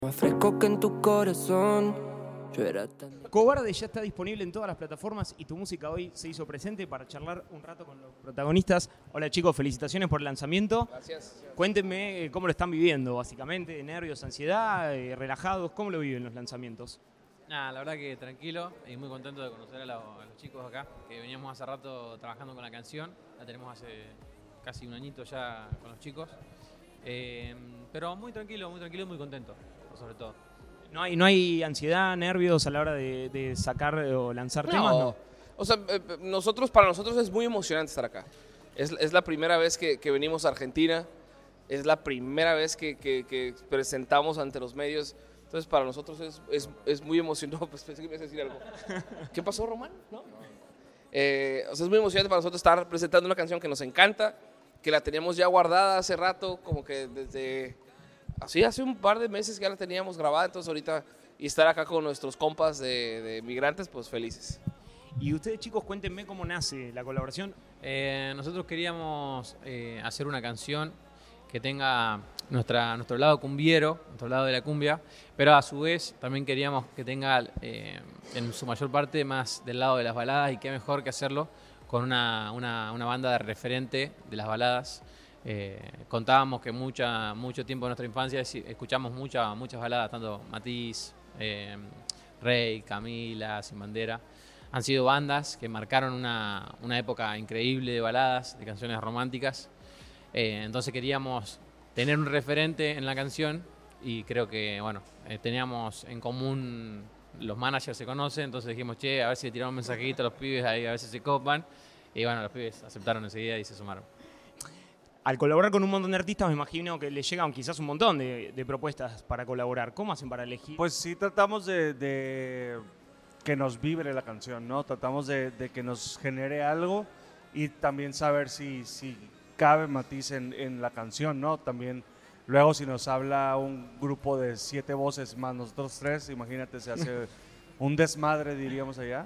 Más fresco que en tu corazón. Yo era tan... Cobarde ya está disponible en todas las plataformas y tu música hoy se hizo presente para charlar un rato con los protagonistas. Hola chicos, felicitaciones por el lanzamiento. Gracias. Cuéntenme cómo lo están viviendo, básicamente, nervios, ansiedad, relajados, ¿cómo lo viven los lanzamientos? Nada, la verdad que tranquilo y muy contento de conocer a los chicos acá, que veníamos hace rato trabajando con la canción, la tenemos hace casi un añito ya con los chicos, pero muy tranquilo y muy contento, sobre todo. ¿No hay ansiedad, nervios a la hora de sacar o lanzar temas? No. O sea, para nosotros es muy emocionante estar acá. Es la primera vez que venimos a Argentina, es la primera vez que presentamos ante los medios. Entonces, para nosotros es muy emocionante. No, pues pensé que me ibas a decir algo. ¿Qué pasó, Román? ¿No? O sea, es muy emocionante para nosotros estar presentando una canción que nos encanta, que la teníamos ya guardada hace rato, como que desde... Así, hace un par de meses que ya la teníamos grabada, entonces ahorita, y estar acá con nuestros compas de migrantes, pues felices. Y ustedes chicos, cuéntenme cómo nace la colaboración. Nosotros queríamos hacer una canción que tenga nuestro lado cumbiero, nuestro lado de la cumbia, pero a su vez también queríamos que tenga en su mayor parte más del lado de las baladas, y qué mejor que hacerlo con una banda de referente de las baladas. Contábamos que mucho tiempo de nuestra infancia escuchamos muchas baladas, tanto Matiz, Rey, Camila, Sin Bandera. Han sido bandas que marcaron una época increíble de baladas, de canciones románticas. Entonces queríamos tener un referente en la canción, y creo que bueno, teníamos en común, los managers se conocen, entonces dijimos, che, a ver si le tiramos un mensajito a los pibes ahí, a ver si se copan. Y bueno, los pibes aceptaron enseguida y se sumaron. Al colaborar con un montón de artistas, me imagino que les llegan quizás un montón de propuestas para colaborar. ¿Cómo hacen para elegir? Pues sí, tratamos de que nos vibre la canción, ¿no? Tratamos de que nos genere algo, y también saber si cabe Matiz en la canción, ¿no? También luego, si nos habla un grupo de 7 voces más nosotros 3, imagínate, se hace un desmadre, diríamos allá.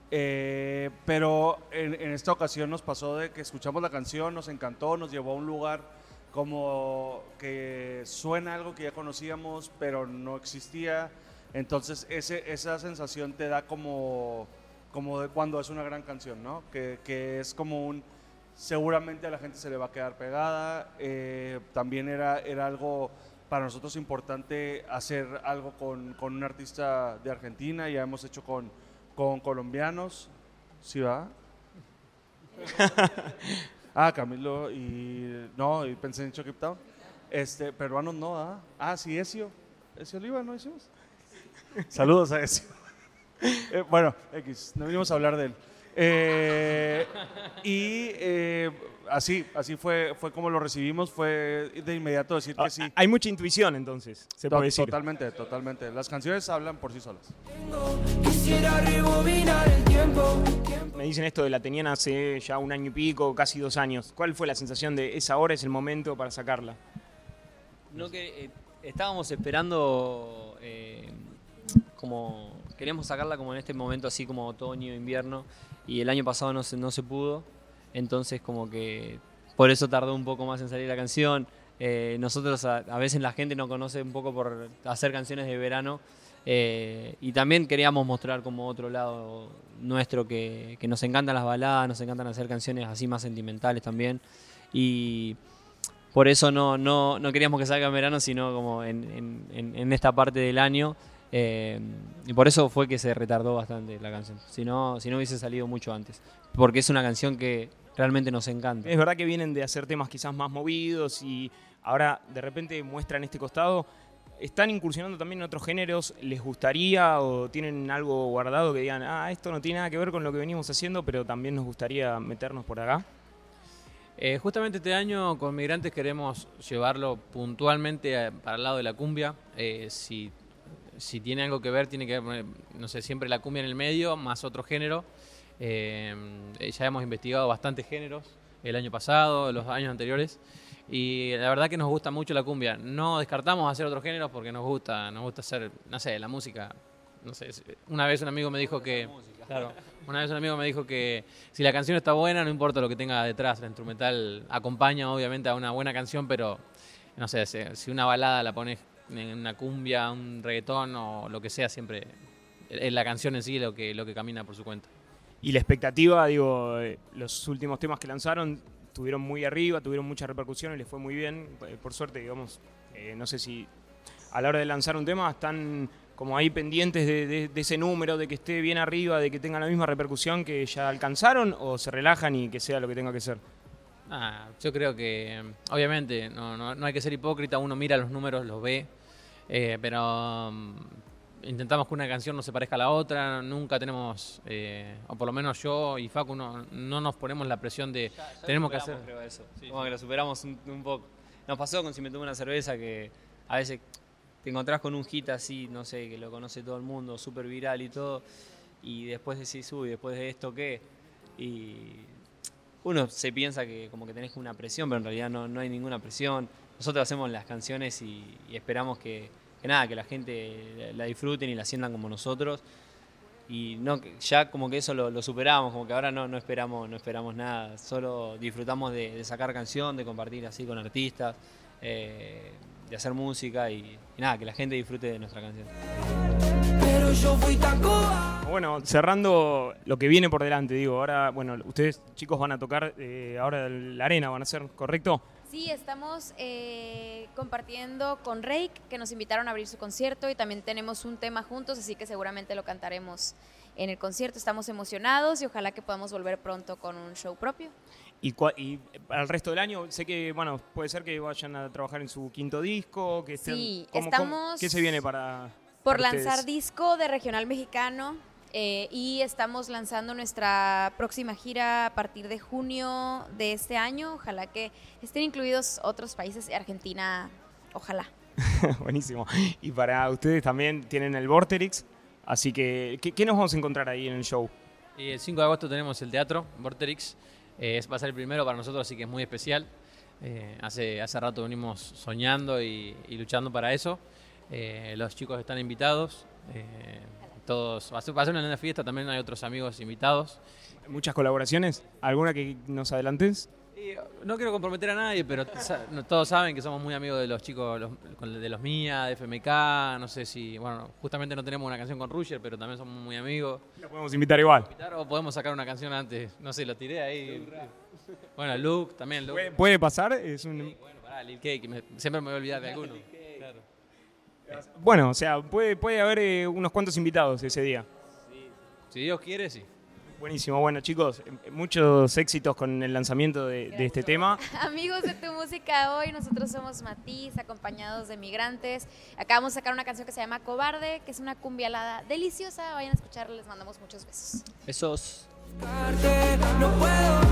Pero en esta ocasión nos pasó de que escuchamos la canción, nos encantó, nos llevó a un lugar como que suena algo que ya conocíamos pero no existía. Entonces esa sensación te da como de cuando es una gran canción, ¿no? Que es como seguramente a la gente se le va a quedar pegada. También era algo para nosotros importante hacer algo con un artista de Argentina. Ya hemos hecho con colombianos, ¿sí va? Camilo y pensé en Chucky Town. Peruanos no, ¿ah? Sí, Ezio Oliva, ¿no hicimos? Saludos a Ezio. Bueno, no vinimos a hablar de él. Así fue como lo recibimos, fue de inmediato decir que sí. Hay mucha intuición, entonces, se puede decir. Totalmente. Las canciones hablan por sí solas. Quisiera rebobinar el tiempo. Me dicen esto de La Tenían hace ya un año y pico, casi 2 años. ¿Cuál fue la sensación de esa hora es el momento para sacarla? No, que estábamos esperando, como queríamos sacarla como en este momento así como otoño, invierno, y el año pasado no se pudo, entonces como que por eso tardó un poco más en salir la canción. Nosotros a veces la gente nos conoce un poco por hacer canciones de verano, y también queríamos mostrar como otro lado nuestro, que nos encantan las baladas, nos encantan hacer canciones así más sentimentales también, y por eso no queríamos que salga en verano, sino como en esta parte del año, y por eso fue que se retardó bastante la canción, si no hubiese salido mucho antes, porque es una canción que realmente nos encanta. Es verdad que vienen de hacer temas quizás más movidos y ahora de repente muestran este costado. ¿Están incursionando también en otros géneros? ¿Les gustaría o tienen algo guardado que digan, esto no tiene nada que ver con lo que venimos haciendo, pero también nos gustaría meternos por acá? Justamente este año con Migrantes queremos llevarlo puntualmente para el lado de la cumbia. Si tiene algo que ver, tiene que ver, no sé, siempre la cumbia en el medio, más otro género. Ya hemos investigado bastantes géneros el año pasado, los años anteriores, y la verdad que nos gusta mucho la cumbia. No descartamos hacer otros géneros porque nos gusta hacer, no sé, la música. No sé, una vez un amigo me dijo que si la canción está buena, no importa lo que tenga detrás, la instrumental acompaña obviamente a una buena canción, pero no sé, si una balada la pones en una cumbia, un reggaetón o lo que sea, siempre es la canción en sí lo que camina por su cuenta. Y la expectativa, digo, los últimos temas que lanzaron estuvieron muy arriba, tuvieron mucha repercusión y les fue muy bien. Por suerte, digamos, no sé si a la hora de lanzar un tema están como ahí pendientes de ese número, de que esté bien arriba, de que tenga la misma repercusión que ya alcanzaron, o se relajan y que sea lo que tenga que ser. Yo creo que, obviamente, no hay que ser hipócrita, uno mira los números, los ve, pero intentamos que una canción no se parezca a la otra, nunca tenemos, o por lo menos yo y Facu no nos ponemos la presión de Ya tenemos que hacer. Creo eso. Sí, como que lo superamos un poco. Nos pasó con Si me tomo una cerveza, que a veces te encontrás con un hit así, no sé, que lo conoce todo el mundo, súper viral y todo, y después decís, uy, después de esto, ¿qué? Y uno se piensa que como que tenés una presión, pero en realidad no hay ninguna presión. Nosotros hacemos las canciones y esperamos que la gente la disfruten y la sientan como nosotros. Y ya como que eso lo superamos, como que ahora no esperamos nada, solo disfrutamos de sacar canción, de compartir así con artistas, de hacer música y nada, que la gente disfrute de nuestra canción. Pero yo fui tan cobarde. Bueno, cerrando lo que viene por delante, digo, ahora, bueno, ustedes chicos van a tocar ahora la arena, ¿van a ser, correcto? Sí, estamos compartiendo con Reik, que nos invitaron a abrir su concierto, y también tenemos un tema juntos, así que seguramente lo cantaremos en el concierto. Estamos emocionados y ojalá que podamos volver pronto con un show propio. Y para el resto del año, sé que, bueno, puede ser que vayan a trabajar en su quinto disco, que estén, Sí, ¿qué se viene para lanzar ustedes? disco de regional mexicano, y estamos lanzando nuestra próxima gira a partir de junio de este año. Ojalá que estén incluidos otros países, Argentina, ojalá. Buenísimo. Y para ustedes también tienen el Vorterix, así que, ¿qué nos vamos a encontrar ahí en el show? Y el 5 de agosto tenemos el teatro, Vorterix, va a ser el primero para nosotros, así que es muy especial. Hace rato venimos soñando y luchando para eso. Los chicos están invitados, todos, va a ser una linda fiesta, también hay otros amigos invitados. ¿Muchas colaboraciones? ¿Alguna que nos adelantes? No quiero comprometer a nadie, pero todos saben que somos muy amigos de los chicos, de los Mía, de FMK, no sé si, bueno, justamente no tenemos una canción con Rusher, pero también somos muy amigos. Lo podemos invitar igual. O podemos sacar una canción antes, no sé, lo tiré ahí. Bueno, Luke, también Luke. ¿Puede pasar? Bueno, pará, Lil Cake, siempre me voy a olvidar de alguno. Claro. Bueno, o sea, puede haber unos cuantos invitados ese día. Si Dios quiere, sí. Buenísimo. Bueno, chicos, muchos éxitos con el lanzamiento de este tema. Amigos de Tu Música Hoy, nosotros somos Matiz, acompañados de Migrantes. Acabamos de sacar una canción que se llama Cobarde, que es una cumbialada deliciosa. Vayan a escucharla, les mandamos muchos besos. Besos. No puedo